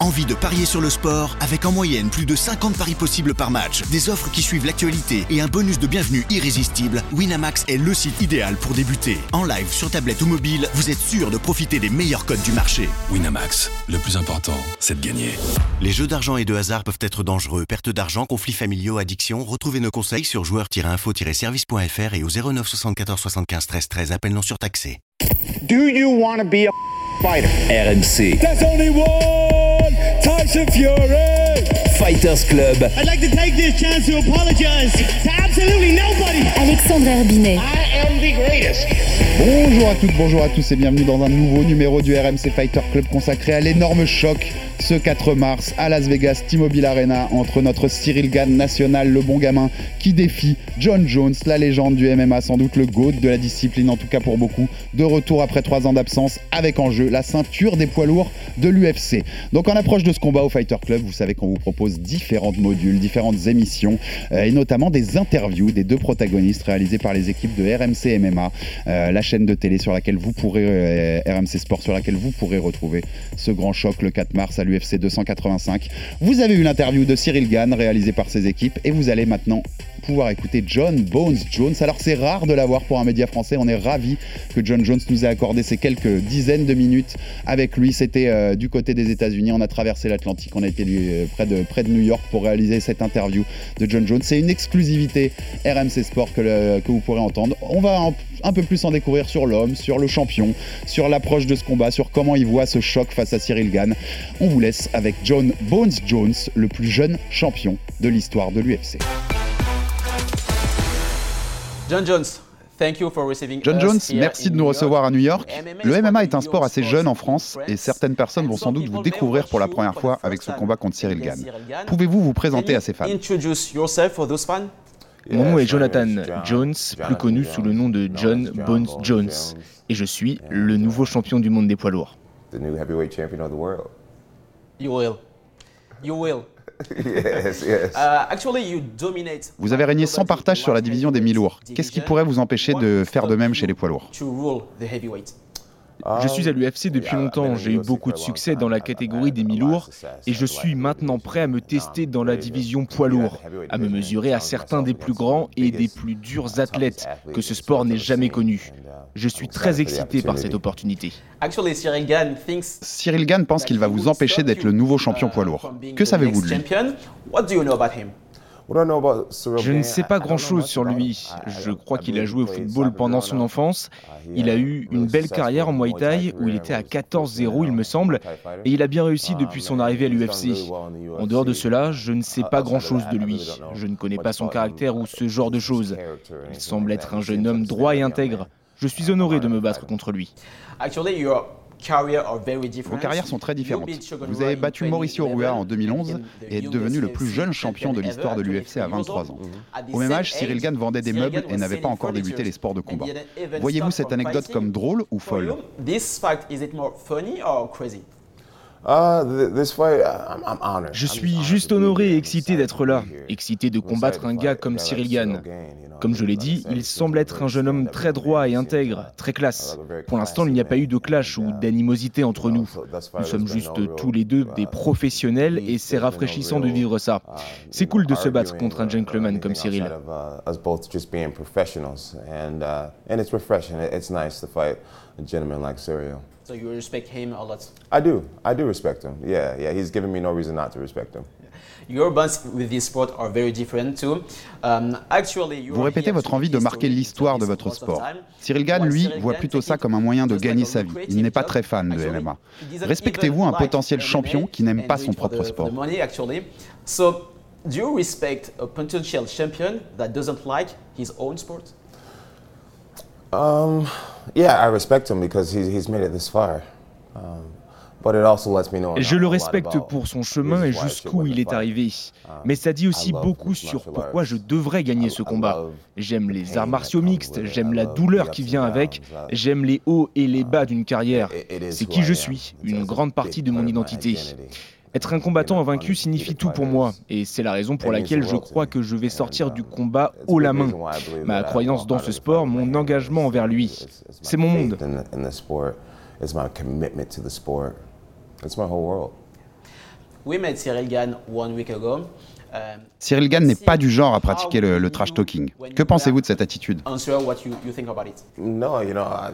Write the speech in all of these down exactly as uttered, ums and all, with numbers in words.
Envie de parier sur le sport avec en moyenne plus de cinquante paris possibles par match, des offres qui suivent l'actualité et un bonus de bienvenue irrésistible? Winamax est le site idéal pour débuter. En live, sur tablette ou mobile, vous êtes sûr de profiter des meilleurs codes du marché. Winamax, le plus important, c'est de gagner. Les jeux d'argent et de hasard peuvent être dangereux. Perte d'argent, conflits familiaux, addiction. Retrouvez nos conseils sur joueurs tiret info tiret service point f r et au zéro neuf soixante-quatorze soixante-quinze treize treize. Appel non surtaxé. Do you want to be a fighter? R M C. There's only one Tyson Fury. Fighters Club. I'd like to take this chance to apologize to absolutely nobody. Alexandre Herbinet. I am the greatest. Bonjour à toutes, bonjour à tous et bienvenue dans un nouveau numéro du R M C Fighter Club consacré à l'énorme choc ce quatre mars à Las Vegas, T-Mobile Arena, entre notre Cyril Gane national, le bon gamin, qui défie Jon Jones, la légende du M M A, sans doute le GOAT de la discipline, en tout cas pour beaucoup, de retour après trois ans d'absence, avec en jeu la ceinture des poids lourds de l'U F C. Donc en approche de ce combat au Fighter Club, vous savez qu'on vous propose différentes modules, différentes émissions, euh, et notamment des interviews des deux protagonistes réalisées par les équipes de R M C M M A, euh, la chaîne de télé sur laquelle vous pourrez, euh, R M C Sport, sur laquelle vous pourrez retrouver ce grand choc le quatre mars à l'U F C deux cent quatre-vingt-cinq. Vous avez eu l'interview de Cyril Gane réalisée par ses équipes et vous allez maintenant pouvoir écouter Jon Bones Jones. Alors c'est rare de l'avoir pour un média français, on est ravis que Jon Jones nous ait accordé ces quelques dizaines de minutes avec lui. C'était euh, du côté des États-Unis, on a traversé l'Atlantique, on a été euh, près, de, près de New York pour réaliser cette interview de Jon Jones. C'est une exclusivité R M C Sport que, le, que vous pourrez entendre. On va en, un peu plus en découvrir sur l'homme, sur le champion, sur l'approche de ce combat, sur comment il voit ce choc face à Cyril Gane. On vous laisse avec Jon Bones Jones, le plus jeune champion de l'histoire de l'U F C. Jon Jones, thank you for receiving Jon us Jones, here merci in de nous New recevoir York. à New York. Le M M A est un sport assez jeune en France France et certaines personnes vont sans doute vous découvrir pour la première fois avec ce combat contre Cyril Gane. Pouvez-vous vous présenter à ces fans? Introduce yourself for those fans? Mon nom est Jonathan Jones, plus connu sous le nom de Jon Bones Jones, et je suis le nouveau champion du monde des poids lourds. You will. You will. Yes, yes. Uh, actually, you dominate. Vous avez régné sans partage sur la division des mi-lourds. Qu'est-ce qui pourrait vous empêcher de faire de même chez les poids lourds? To rule the heavyweight. Je suis à l'U F C depuis longtemps, j'ai eu beaucoup de succès dans la catégorie des mi-lourds et je suis maintenant prêt à me tester dans la division poids lourd, à me mesurer à certains des plus grands et des plus durs athlètes que ce sport n'ait jamais connus. Je suis très excité par cette opportunité. Actually, Cyril Gane thinks Cyril Gane pense qu'il va vous empêcher d'être le nouveau champion poids lourd. Que savez-vous de lui? What do you know about him? Je ne sais pas grand-chose sur lui. Je crois qu'il a joué au football pendant son enfance. Il a eu une belle carrière en Muay Thai où il était à quatorze zéro, il me semble, et il a bien réussi depuis son arrivée à l'U F C. En dehors de cela, je ne sais pas grand-chose de lui. Je ne connais pas son caractère ou ce genre de choses. Il semble être un jeune homme droit et intègre. Je suis honoré de me battre contre lui. Actually, your Vos carrières sont très différentes. Vous avez battu Mauricio Rua en deux mille onze et êtes devenu le plus jeune champion de l'histoire de l'U F C à vingt-trois ans. Au même âge, Cyril Gane vendait des meubles et n'avait pas encore débuté les sports de combat. Voyez-vous cette anecdote comme drôle ou folle? Je suis juste honoré et excité d'être là, excité de combattre un gars comme Cyril Gane. Comme je l'ai dit, il semble être un jeune homme très droit et intègre, très classe. Pour l'instant, il n'y a pas eu de clash ou d'animosité entre nous. Nous sommes juste tous les deux des professionnels et c'est rafraîchissant de vivre ça. C'est cool de se battre contre un gentleman comme Cyril. So you respect him a lot. I do. I do respect him. Yeah, yeah. He's given me no reason not to respect him. Your bonds with this sport are very different too. Um, actually, you Vous répétez votre envie de marquer l'histoire de votre sport. Cyril Gane, lui, voit plutôt ça comme un moyen de gagner sa vie. Il n'est pas très fan de M M A. Respectez-vous un potentiel champion qui n'aime pas son propre sport? So, do you respect a potential champion that doesn't like his own sport? Um, yeah, I respect him because he's he's made it this far. Um, but it also lets me know. Je le respecte pour son chemin et jusqu'où il est arrivé. Mais ça dit aussi beaucoup sur pourquoi je devrais gagner ce combat. J'aime les arts martiaux mixtes, j'aime la douleur qui vient avec, j'aime les hauts et les bas d'une carrière. C'est qui je suis, une grande partie de mon identité. Être un combattant invaincu signifie tout pour moi, et c'est la raison pour laquelle je crois que je vais sortir du combat haut la main. Ma croyance dans ce sport, mon engagement envers lui, c'est mon monde. we met Cyril Gane one week ago. Cyril Gane n'est pas du genre à pratiquer le, le trash talking. Que pensez-vous de cette attitude? Answer what you, you think about it. No, you know, I,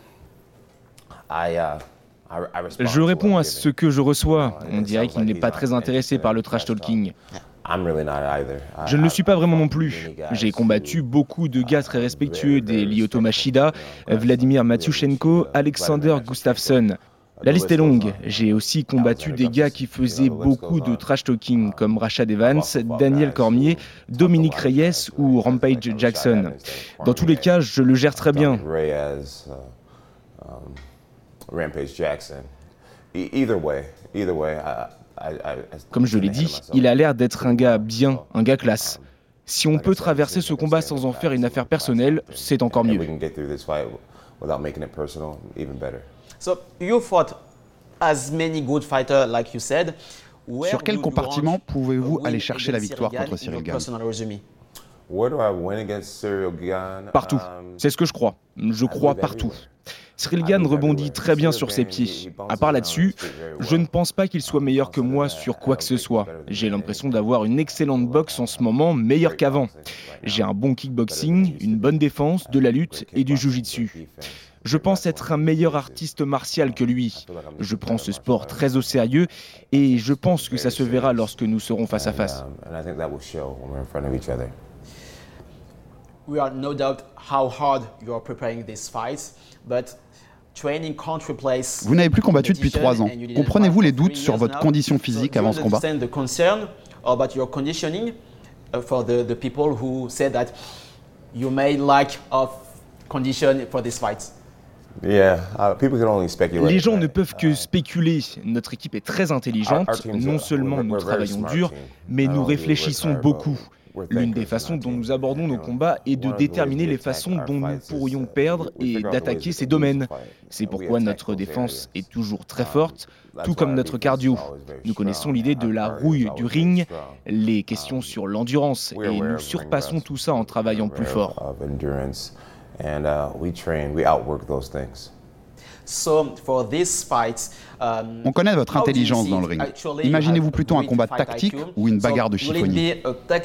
I, uh... Je réponds à ce que je reçois. On dirait qu'il n'est pas très intéressé par le trash talking. Je ne le suis pas vraiment non plus. J'ai combattu beaucoup de gars très respectueux, des Lyoto Machida, Vladimir Matyushenko, Alexander Gustafsson. La liste est longue. J'ai aussi combattu des gars qui faisaient beaucoup de trash talking, comme Rashad Evans, Daniel Cormier, Dominique Reyes ou Rampage Jackson. Dans tous les cas, je le gère très bien. Rampage Jackson. Either way, either way, I, I, I, Comme je l'ai dit, il a l'air d'être un gars bien, un gars classe. Si on peut traverser ce combat sans en faire une affaire personnelle, c'est encore mieux. So you fought as many good fighters, like you said. Sur quel compartiment pouvez-vous aller chercher la victoire contre Cyril Gane? Partout. C'est ce que je crois. Je crois partout. Cyril Gane rebondit très bien sur ses pieds. À part là-dessus, je ne pense pas qu'il soit meilleur que moi sur quoi que ce soit. J'ai l'impression d'avoir une excellente boxe en ce moment, meilleure qu'avant. J'ai un bon kickboxing, une bonne défense, de la lutte et du jiu-jitsu. Je pense être un meilleur artiste martial que lui. Je prends ce sport très au sérieux et je pense que ça se verra lorsque nous serons face à face. We are no doubt how hard you are preparing these fights, but training can't replace. Vous n'avez plus combattu depuis trois ans. Comprenez-vous les doutes sur votre condition physique avant ce combat? The concern about your conditioning for the the people who said that you may lack of condition for this fight. Yeah, uh, people can only speculate. Les gens ne peuvent que spéculer. Notre équipe est très intelligente. Non seulement nous travaillons dur, mais nous réfléchissons beaucoup. L'une des façons dont nous abordons nos combats est de déterminer les façons dont nous pourrions perdre et d'attaquer ces domaines. C'est pourquoi notre défense est toujours très forte, tout comme notre cardio. Nous connaissons l'idée de la rouille du ring, les questions sur l'endurance, et nous surpassons tout ça en travaillant plus fort. So for this fight, um, on connaît votre intelligence dans le ring. Imaginez-vous plutôt un combat tactique ou une bagarre de chiffonnier?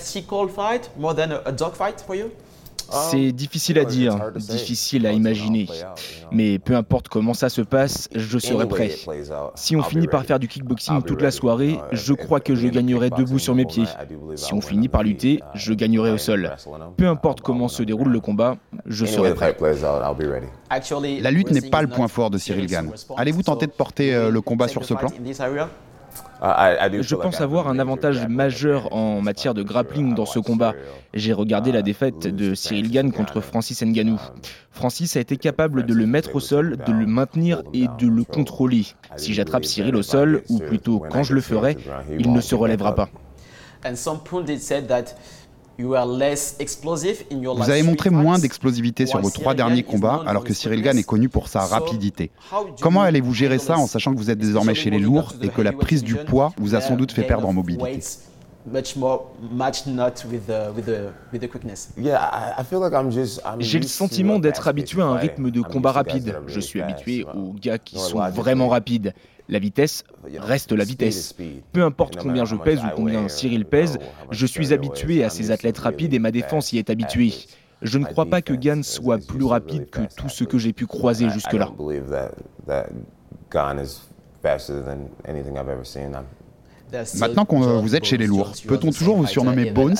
C'est difficile à dire, difficile à imaginer. Mais peu importe comment ça se passe, je serai prêt. Si on finit par faire du kickboxing toute la soirée, je crois que je gagnerai debout sur mes pieds. Si on finit par lutter, je gagnerai au sol. Peu importe comment se déroule le combat, je serai prêt. La lutte n'est pas le point fort de Cyril Gane. Allez-vous tenter de porter euh, le combat sur ce plan? Je pense avoir un avantage majeur en matière de grappling dans ce combat. J'ai regardé la défaite de Cyril Gane contre Francis Ngannou. Francis a été capable de le mettre au sol, de le maintenir et de le contrôler. Si j'attrape Cyril au sol, ou plutôt quand je le ferai, il ne se relèvera pas. Vous avez montré moins d'explosivité sur vos trois derniers combats, alors que Cyril Gane est connu pour sa rapidité. Comment allez-vous gérer ça en sachant que vous êtes désormais chez les lourds et que la prise du poids vous a sans doute fait perdre en mobilité? J'ai le sentiment d'être habitué à un rythme de combat rapide. Je suis habitué aux gars qui sont vraiment rapides. La vitesse reste la vitesse. Peu importe combien je pèse ou combien Cyril pèse, je suis habitué à ces athlètes rapides et ma défense y est habituée. Je ne crois pas que Gane soit plus rapide que tout ce que j'ai pu croiser jusque-là. Maintenant que vous êtes chez les lourds, peut-on toujours vous surnommer Bones?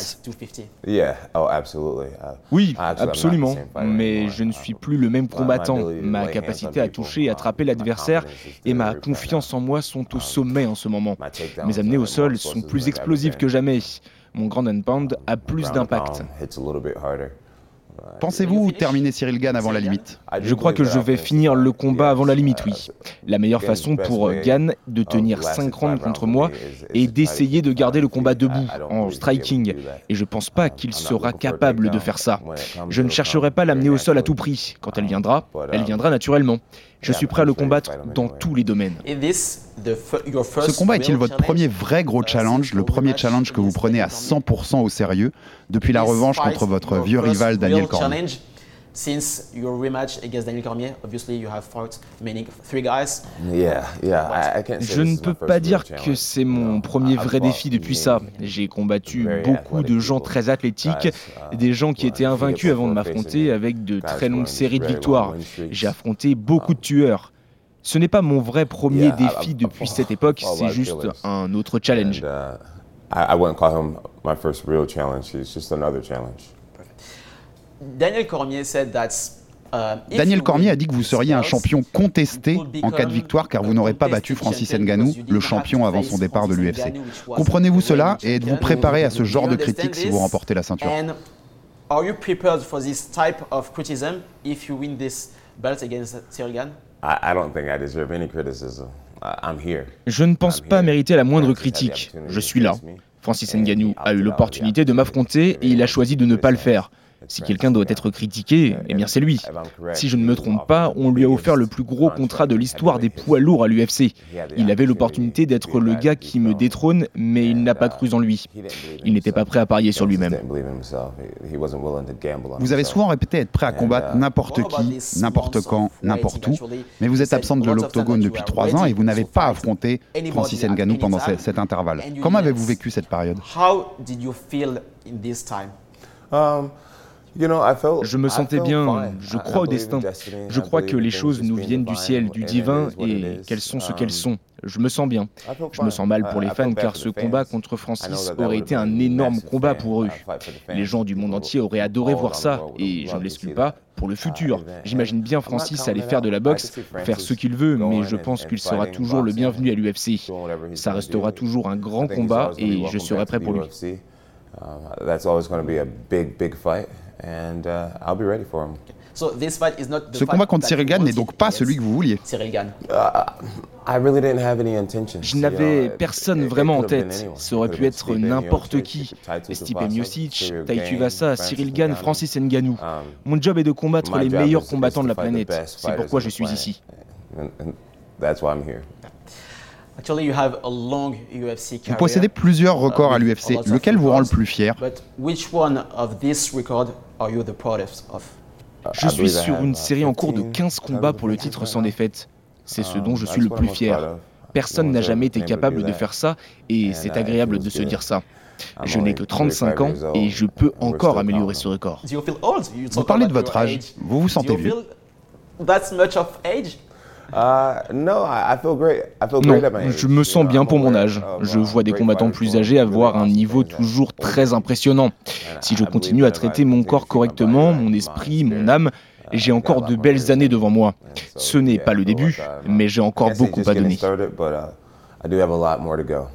Oui, absolument. Mais je ne suis plus le même combattant. Ma capacité à toucher et attraper l'adversaire et ma confiance en moi sont au sommet en ce moment. Mes amenés au sol sont plus explosifs que jamais. Mon ground and pound a plus d'impact. Pensez-vous terminer Cyril Gane avant la limite? Je crois que je vais finir le combat avant la limite, oui. La meilleure façon pour Gane de tenir cinq rounds contre moi est d'essayer de garder le combat debout, en striking. Et je pense pas qu'il sera capable de faire ça. Je ne chercherai pas à l'amener au sol à tout prix. Quand elle viendra, elle viendra naturellement. Je suis prêt à le combattre dans tous les domaines. Ce combat est-il votre premier vrai gros challenge, le premier challenge que vous prenez à cent pour cent au sérieux depuis la revanche contre votre vieux rival Daniel Cormier? Since your rematch against Daniel Cormier, obviously you have fought many three guys. Yeah, yeah. I, I can't say Je this ne is peux my pas first dire real que challenge. c'est mon premier vrai défi depuis ça. J'ai combattu beaucoup de gens très athlétiques, des gens qui étaient invaincus avant de m'affronter avec de très longues séries de victoires. J'ai affronté beaucoup de tueurs. Ce n'est pas mon vrai premier défi depuis cette époque, c'est juste un autre challenge. And, uh, I, I wouldn't call him my first real challenge. It's just another challenge. Daniel Cormier said that. Uh, if Daniel you Cormier win a dit que vous this seriez un bout, champion contesté you will en cas de become victoire car vous a n'aurez pas battu contested Francis champion Ngannou, because you le didn't champion have to avant son face départ de Francis l'U F C. Ngannou, which was Comprenez-vous the cela reigning et êtes-vous champion. préparé à ce Do genre you de understand critiques si this? vous remportez la ceinture? And are you prepared for this type of criticism if you win this belt against Cyril Gane? I, I don't think I deserve any criticism. I, I'm here. Je ne pense pas mériter la moindre critique. Je suis là. Francis Ngannou a eu l'opportunité de m'affronter et il a choisi de ne pas le faire. Si quelqu'un doit être critiqué, eh bien c'est lui. Si je ne me trompe pas, on lui a offert le plus gros contrat de l'histoire des poids lourds à l'U F C. Il avait l'opportunité d'être le gars qui me détrône, mais il n'a pas cru en lui. Il n'était pas prêt à parier sur lui-même. Vous avez souvent répété être prêt à combattre n'importe qui, n'importe quand, n'importe où, mais vous êtes absente de l'octogone depuis trois ans et vous n'avez pas affronté Francis Ngannou pendant ce- cet intervalle. Comment avez-vous vécu cette période? How did you feel in this time? Um, you know, I felt, Je me I sentais felt bien, fine. je I- crois au I believe in destin. destiny. Je I crois que believe les in choses things nous just viennent being du ciel, divine, du and it divin, is what it et is. qu'elles sont ce Um, qu'elles sont. Je me sens bien. I felt Je me fine. sens mal pour I- les I fans felt bad car for ce the combat fans. contre I know Francis that that aurait would été have un been énorme massive combat fan, pour eux. uh, fight for the fans. Les gens du monde People entier auraient adoré all voir around the ça world would et have je ne loved to l'exclus see pas that. pour le futur. Uh, J'imagine bien I'm not Francis counting aller it faire out. de la I boxe, could see faire Francis ce qu'il veut, mais going je and- pense and qu'il sera fighting toujours le boxing bienvenu à and l'U F C. doing whatever he's Ça gonna restera do. toujours un grand I think he's combat always gonna be et je welcome serai back prêt to pour the lui. U F C. Um, that's always going to be a big, big fight, and uh, I'll be ready for him. So this fight is not the Ce fight combat contre that Cyril you Gane n'est wanted donc pas against celui que vous vouliez. Cyril Gane. I really didn't have any intentions. Je you n'avais know. personne It- it vraiment en could have been tête. anyone. Ça aurait It pu could have être been Stipe n'importe Miocic, qui. Tai Stipe Tuivasa, Miocic, Cyril Tai Gane, Tuivasa, Francis Cyril Gane, Ngannou. Francis Ngannou. Um, Mon job est de combattre my les job meilleurs is- is combattants to de la fight the planète. best C'est pourquoi je fighters suis on the ici. planet. And, and that's why I'm here. Actually, you have a long U F C Vous career. possédez plusieurs records à with l'U F C. a lot of Lequel vous rend le records. plus fier? But which one of these records are you the proudest of? Je suis sur une série en cours de quinze combats pour le titre sans défaite. C'est ce dont je suis le plus fier. Personne n'a jamais été capable de faire ça et c'est agréable de se dire ça. Je n'ai que trente-cinq ans et je peux encore améliorer ce record. Do you feel old? You Vous talk parlez de about votre your âge. age. Vous vous Do sentez you vieux? feel that much of age? Uh, no, I, I feel great. I feel Non, great at my age. je me sens You know, bien I'm pour mon aware âge. of, Je uh, vois des great combattants fighters plus doing âgés really avoir un awesome niveau things at toujours older très age. impressionnant. And Si I- je I continue believe à that if I traiter mon continue corps to keep my correctement, body mon right, esprit, my mon spirit, âme, uh, j'ai I got encore a lot de more belles years années in me. devant moi. And so, Ce n'est yeah, pas le I feel début, like I'm, uh, mais j'ai encore I guess it's beaucoup just à getting donner. started, but, uh, I do have a lot more to go.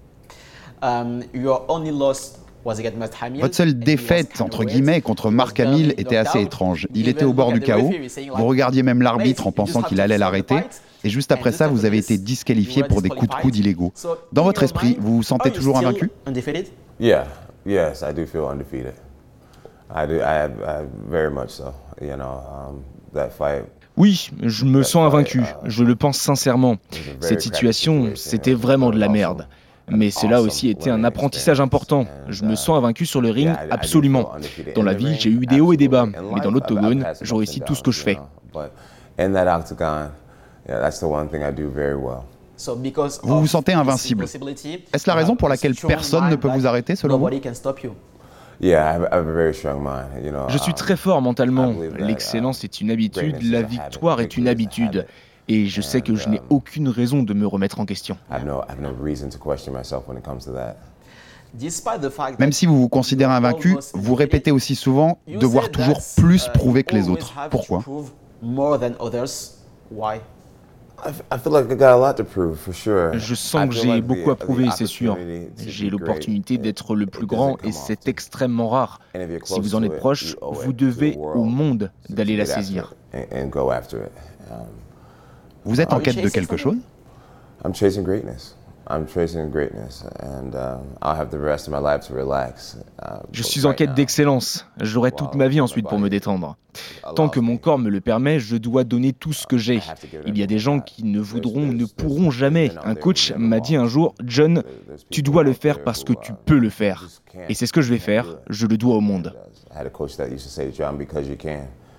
Um, your only loss was against Matt Hamill. Votre seule and he was défaite, kind of entre weird. guillemets, contre He was Mark barely Hamill était knocked assez out. étrange. You Il était even au bord look du at the chaos. referee saying like, Vous regardiez même l'arbitre en "Mate, you pensant just qu'il have to allait stop the l'arrêter. fight." Et juste And après just ça, after vous avez this, été disqualifié you were pour des coups de coude disqualified. illégaux. So, Dans in votre your esprit, mind, vous vous sentez are you toujours still invaincu? Undefeated? Yeah, yes, I do feel undefeated. I do, I, I very much so. You know, um, that fight. Oui, je me sens invaincu, je le pense sincèrement. Cette situation, c'était vraiment de la merde. Mais cela a aussi été un apprentissage important. Je me sens invaincu sur le ring, absolument. Dans la vie, j'ai eu des hauts et des bas, mais dans l'octogone, je réussis tout ce que je fais. In that octagon, yeah, that's the one thing I do very well. So because Vous of vous sentez this invincible. impossibility, Est-ce la you raison have pour a laquelle strong personne ne mind peut vous that arrêter, selon vous? nobody can stop you. Yeah, I have, I have a very strong mind. You know, Je suis um, très fort mentalement. I believe that, L'excellence uh, est une habitude, greatness is la a habit, victoire est une victory is a habitude. habit. Et je sais que je n'ai aucune raison de me remettre en question. I have no, I have no reason to question myself when it comes to that. Despite the fact Même that si vous vous considérez you are invaincu, almost vous undefeated, répétez aussi souvent you devoir said toujours that, plus uh, prouver que les you autres. always have Pourquoi? to prove more than others. Why? I, f- I feel like I got a lot to prove, for sure. Je I sens que feel j'ai like the- beaucoup à the prouver, c'est sûr. opportunity to J'ai be great, l'opportunité it- d'être le it plus doesn't grand come et c'est often. extrêmement rare. And if you're Si close vous en to êtes it, proche, you owe vous it to the devez world au monde to d'aller la get after saisir. it and, and go after it. Um, Vous êtes en Are you quête de chasing quelque chose? something? I'm chasing greatness. I'm chasing greatness, and um, I'll have the rest of my life to relax. Uh, Je but suis en right quête now, d'excellence. J'aurai toute ma vie ensuite pour me détendre. Tant que mon corps me le permet, je dois donner tout ce que j'ai. Il y a des gens qui ne voudront, ne pourront jamais. Un coach m'a dit un jour, John, tu dois le faire parce que tu peux le faire. Et c'est ce que je vais faire. Je le dois au monde. I had a coach that used to say, John, because you can.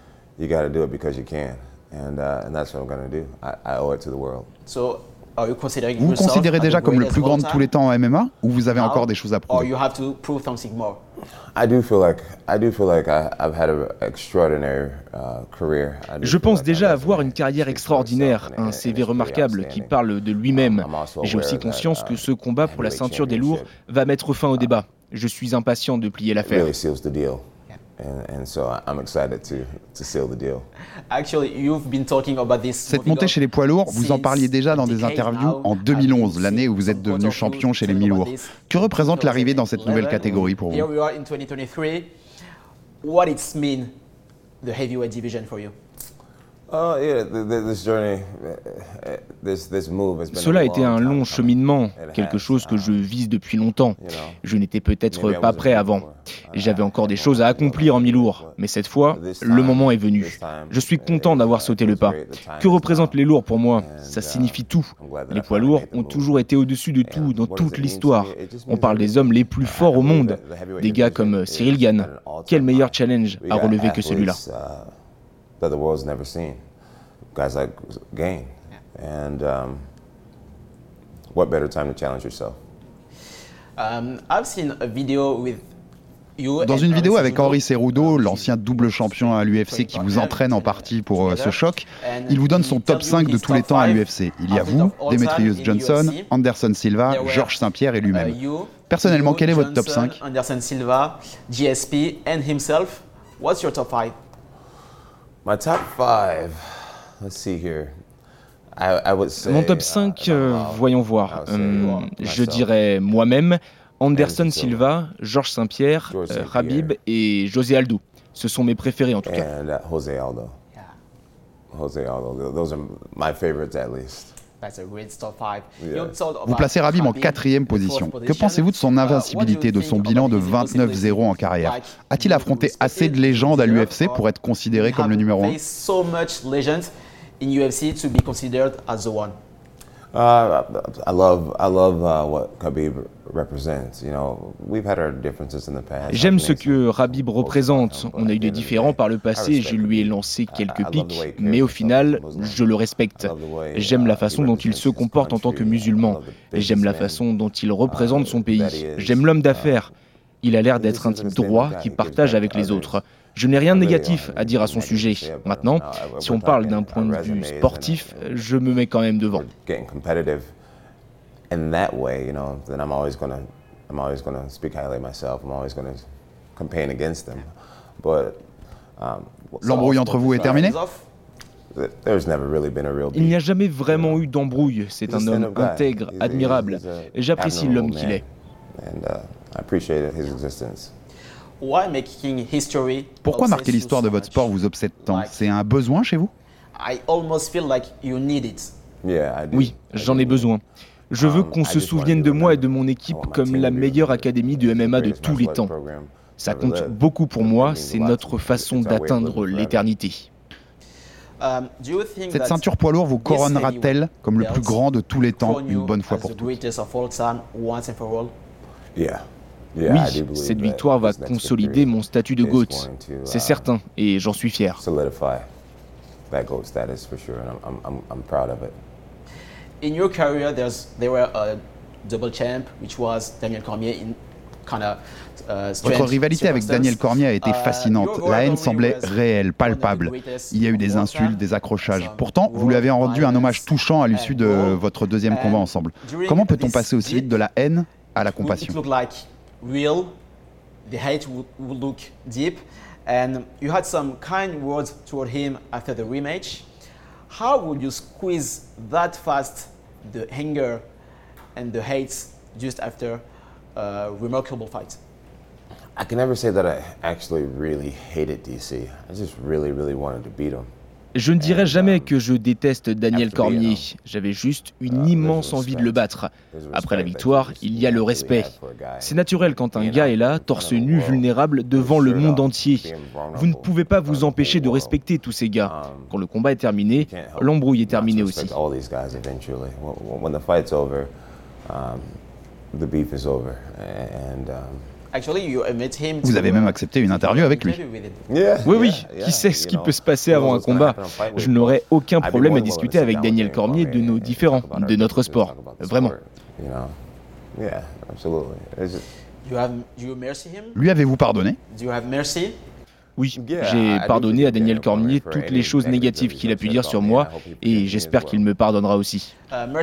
you got to do it because you can, and uh, and that's what I'm going to do. I, I owe it to the world. So, are you considering Vous vous yourself considérez as déjà the comme le greatest plus grand de all tous les temps en M M A, ou vous avez now, encore des choses à or prouver? you have to prove something more? I do feel like I do feel like I, I've had an extraordinary uh, career. I do Je feel pense like déjà my avoir resume une carrière speaks for extraordinaire, itself and- un and C V it's pretty remarquable qui outstanding. parle de lui-même. Um, I'm also Mais j'ai aussi aware that, conscience que uh, ce combat pour la heavyweight ceinture des lourds championship, va mettre fin au débat. Je suis impatient de plier It l'affaire. really seals the deal, and, and so I'm excited to to seal the deal. Actually, you've been talking about this. Cette moving montée up chez les poids lourds, vous en since parliez déjà dans des decades interviews now. en deux mille onze, l'année où vous êtes devenu champion chez les mi-lourds. Que représente l'arrivée dans cette nouvelle catégorie pour Here vous? we are in twenty twenty-three. What it's mean, the heavyweight division for you? Oh yeah, th- th- this journey, uh, uh, this this move has been. Cela a a été un long time long coming. cheminement, It quelque has, chose que um, je vise depuis longtemps. you know, Je n'étais peut-être maybe I pas wasn't prêt ready avant. for it. J'avais I- encore I des wanted choses à to go accomplir en back, mi-lourd. but Mais cette fois, this le time- moment est venu. this time, Je suis it- content it d'avoir was- sauté it le was pas. great. The time Que is représentent now. les lourds pour moi? And, Ça uh, signifie tout. I'm glad that Les I poids finally lourds made the ont move. toujours été au-dessus de And tout dans what does toute it mean l'histoire. to me? It just On means parle des everything. hommes les plus I- forts I au believe monde. that the heavyweight Des gars division comme is Cyril at Gane. an all-time Quel meilleur high. challenge We à got relever que celui-là? athletes, uh, that the world's never seen. Guys like Gain. And um, what better time to challenge yourself? Um, I've seen a video with you Dans and une vidéo Henry avec Cejudo, Henry Cejudo, um, l'ancien double champion à l'U F C qui vous entraîne en partie pour euh, ce choc, and il vous donne he son top tells you cinq de his tous les top temps à five l'U F C. Il y a athlete vous, of all time Demetrius in Johnson, U F C. Anderson Silva, There were, Georges Saint-Pierre et uh, lui-même. you, Personnellement, you, quel est votre top Johnson, cinq? Anderson Silva, G S P, and himself. What's your top five? My top five. Let's see here. I, I would say, Mon top uh, cinq, if I'm euh, allowed, voyons I voir. would say, Hum, uh, je myself. dirais moi-même, Anderson Anderson Silva, Georges Saint-Pierre, Georges euh, Saint-Pierre. Habib et José Aldo. Ce sont mes préférés en tout cas. And uh, Jose Aldo. Yeah, Jose Aldo. Th- Those are my favorites at least. that's a great top five. Yeah. You told Vous about placez Habib en Habib, quatrième the fourth position. Que position. pensez-vous de son Uh, invincibilité, what do de you son think bilan about de his vingt-neuf zéro en carrière? Like, A-t-il affronté assez de légendes à l'U F C pour être considéré comme le numéro un? There's so much legend in U F C to be considered as the one. Uh, I love, I love uh, what Khabib represents. You know, we've had our differences in the past. J'aime I've ce made que some Habib close représente. encounters, On a eu but des at the end of the différends day, par le I passé, respect je lui ai Khabib. lancé I- quelques I love the pics, way he carries mais au himself final, as a Muslim. je le respecte. I love the way, J'aime uh, la he façon dont il represents se his comporte en tant que country. I musulman, love the et j'aime la businessman, façon dont il représente son uh, pays. that he is. J'aime l'homme d'affaires. Il a l'air He's d'être un just type a stand-up droit guy. qui He gives partage back avec to les others. autres. Je n'ai rien de I really négatif don't à dire à son have anything sujet. to say about it. Maintenant, Now, uh, si we're on parle talking d'un point our de vue resumes and, sportif, uh, je me mets quand même devant. we're getting competitive in that way, you know, then I'm always gonna, I'm always gonna speak highly of myself. I'm always gonna campaign against them. But um, L'embrouille entre vous est terminée? Is off. th- there's never really been a real Il n'y a beef. jamais vraiment eu d'embrouille. C'est He's a un homme stand-up guy. intègre, He's a- admirable. he's a Et j'apprécie admirable l'homme man. qu'il est. And uh, I appreciate his existence. Why making history? Pourquoi obsess marquer you l'histoire so de votre much? sport vous obsède tant? Like- C'est un besoin chez vous? I almost feel like you need it. Yeah, I do. Oui, I j'en do. ai besoin. Je veux Um, qu'on I se just wanna souvienne be de moi et de remembered. mon I équipe want my comme team la to be meilleure remembered. académie de It's M M A the de greatest tous les martial temps. arts program Ça ever compte lived. beaucoup pour It moi, means a c'est lot to notre me. façon It's our way of d'atteindre living forever. l'éternité. Um, do you think Cette that ceinture poids lourd vous this couronnera-t-elle comme le belt plus grand de tous les temps crown une you bonne fois as pour the toutes? greatest of all time, once and for all? Yeah. Yeah, I do Oui, believe cette that victoire va this next consolider victory mon statut de is GOAT. going to, C'est uh, certain, et j'en suis fier. solidify that GOAT status for sure, and I'm, I'm, I'm, I'm proud of it. In your career, there's there were a double champ, which was Daniel Cormier in kind of uh, strange Votre rivalité avec Daniel Cormier a été Uh, fascinante. your La haine rivalry semblait was réelle, one of the palpable. greatest Il y a eu of des all insultes, time. des accrochages. Some Pourtant, vous lui avez rendu un hommage violence touchant à l'issue de and votre deuxième combat And ensemble. during Comment peut-on this passer aussi vite deep, de la haine à la It would- compassion? It looked like real. The hate would, would look deep, and you had some kind words toward him after the rematch. How would you squeeze that fast the anger and the hate just after a remarkable fight? I can never say that I actually really hated D C. I just really, really wanted to beat him. Je ne dirais And, jamais um, que je déteste Daniel after being Cormier. him, J'avais juste uh, une there's immense envie de le respect. battre. There's Après la respect that victoire, you just il y a le naturally respect. have for a guy C'est naturel quand un being gars out est là, in torse front of the nu, world, vulnérable, devant le shirt monde off, entier. being Vous ne vulnerable pouvez pas in front vous of the empêcher de world. respecter tous ces gars. Um, Quand le combat est terminé, You can't help l'embrouille est not to terminée respect aussi. all these guys eventually. When, when the fight's over, um, the beef is over, and um, Vous avez même accepté une interview avec lui. Oui, oui, qui sait ce qui peut se passer avant un combat? Je n'aurais aucun problème à discuter avec Daniel Cormier de nos différends, de notre sport. Vraiment. Lui avez-vous pardonné? Oui, j'ai pardonné à Daniel Cormier toutes les choses négatives qu'il a pu dire sur moi et j'espère qu'il me pardonnera aussi.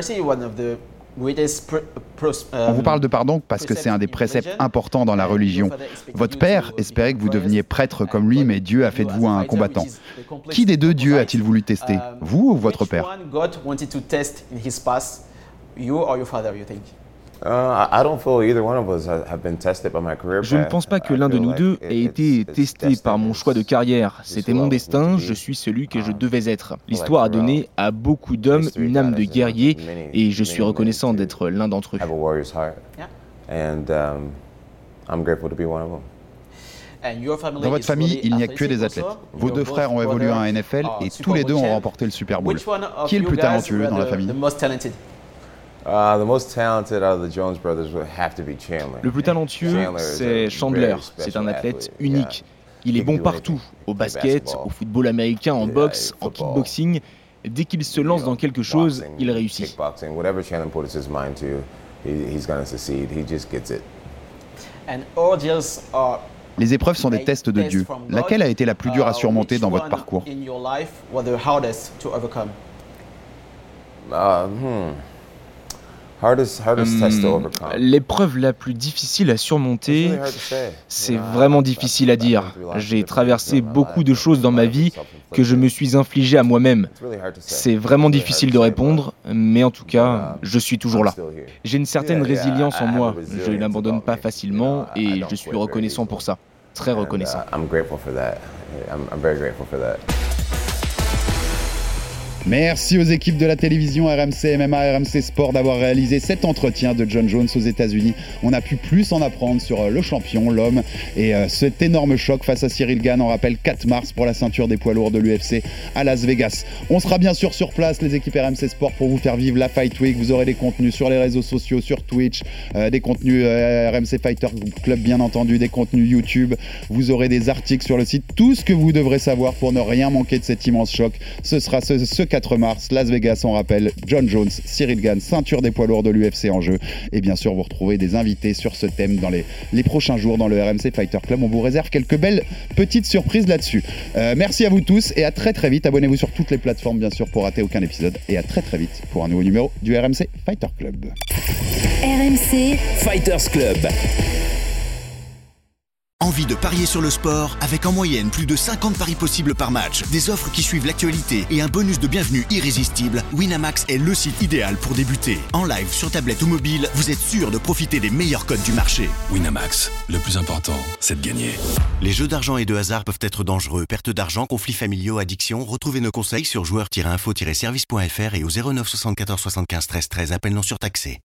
On vous parle de pardon parce que c'est un des préceptes importants dans la religion. Votre père espérait que vous deveniez prêtre comme lui, mais Dieu a fait de vous un combattant. Qui des deux dieux a-t-il voulu tester, vous ou votre père? Je ne pense pas que l'un de nous deux ait été testé par mon choix de carrière. C'était mon destin, je suis celui que je devais être. L'histoire a donné à beaucoup d'hommes une âme de guerrier et je suis reconnaissant d'être l'un d'entre eux. Dans votre famille, il n'y a que des athlètes. Vos deux frères ont évolué en N F L et tous les deux ont remporté le Super Bowl. Qui est le plus talentueux dans la famille? Le plus talentueux, c'est Chandler. C'est un athlète unique. Il est bon partout, au basket, au football américain, en boxe, en kickboxing. Dès qu'il se lance dans quelque chose, il réussit. Les épreuves sont des tests de Dieu. Laquelle a été la plus dure à surmonter dans votre parcours? Hum, l'épreuve la plus difficile à surmonter, c'est vraiment difficile à dire. J'ai traversé beaucoup de choses dans ma vie que je me suis infligé à moi-même. C'est vraiment difficile de répondre, mais en tout cas, je suis toujours là. J'ai une certaine résilience en moi, je n'abandonne pas facilement et je suis reconnaissant pour ça. Très reconnaissant. Merci aux équipes de la télévision R M C M M A, R M C Sport d'avoir réalisé cet entretien de Jon Jones aux États-Unis. On a pu plus en apprendre sur le champion, l'homme et euh, cet énorme choc face à Cyril Gane. On rappelle quatre mars pour la ceinture des poids lourds de l'U F C à Las Vegas. On sera bien sûr sur place, les équipes R M C Sport, pour vous faire vivre la Fight Week. Vous aurez des contenus sur les réseaux sociaux, sur Twitch, euh, des contenus euh, R M C Fighter Club bien entendu, des contenus YouTube. Vous aurez des articles sur le site, tout ce que vous devrez savoir pour ne rien manquer de cet immense choc. Ce sera ce, ce quatre mars, Las Vegas, on rappelle, Jon Jones, Cyril Gane, ceinture des poids lourds de l'U F C en jeu. Et bien sûr, vous retrouvez des invités sur ce thème dans les, les prochains jours dans le R M C Fighter Club. On vous réserve quelques belles petites surprises là-dessus. Euh, merci à vous tous et à très très vite. Abonnez-vous sur toutes les plateformes, bien sûr, pour rater aucun épisode. Et à très très vite pour un nouveau numéro du R M C Fighter Club. R M C Fighters Club. Envie de parier sur le sport avec en moyenne plus de cinquante paris possibles par match, des offres qui suivent l'actualité et un bonus de bienvenue irrésistible? Winamax est le site idéal pour débuter. En live, sur tablette ou mobile, vous êtes sûr de profiter des meilleurs codes du marché. Winamax, le plus important, c'est de gagner. Les jeux d'argent et de hasard peuvent être dangereux. Perte d'argent, conflits familiaux, addiction. Retrouvez nos conseils sur joueurs tiret info tiret service point f r et au zéro neuf soixante-quatorze soixante-quinze treize treize. Appel non surtaxé.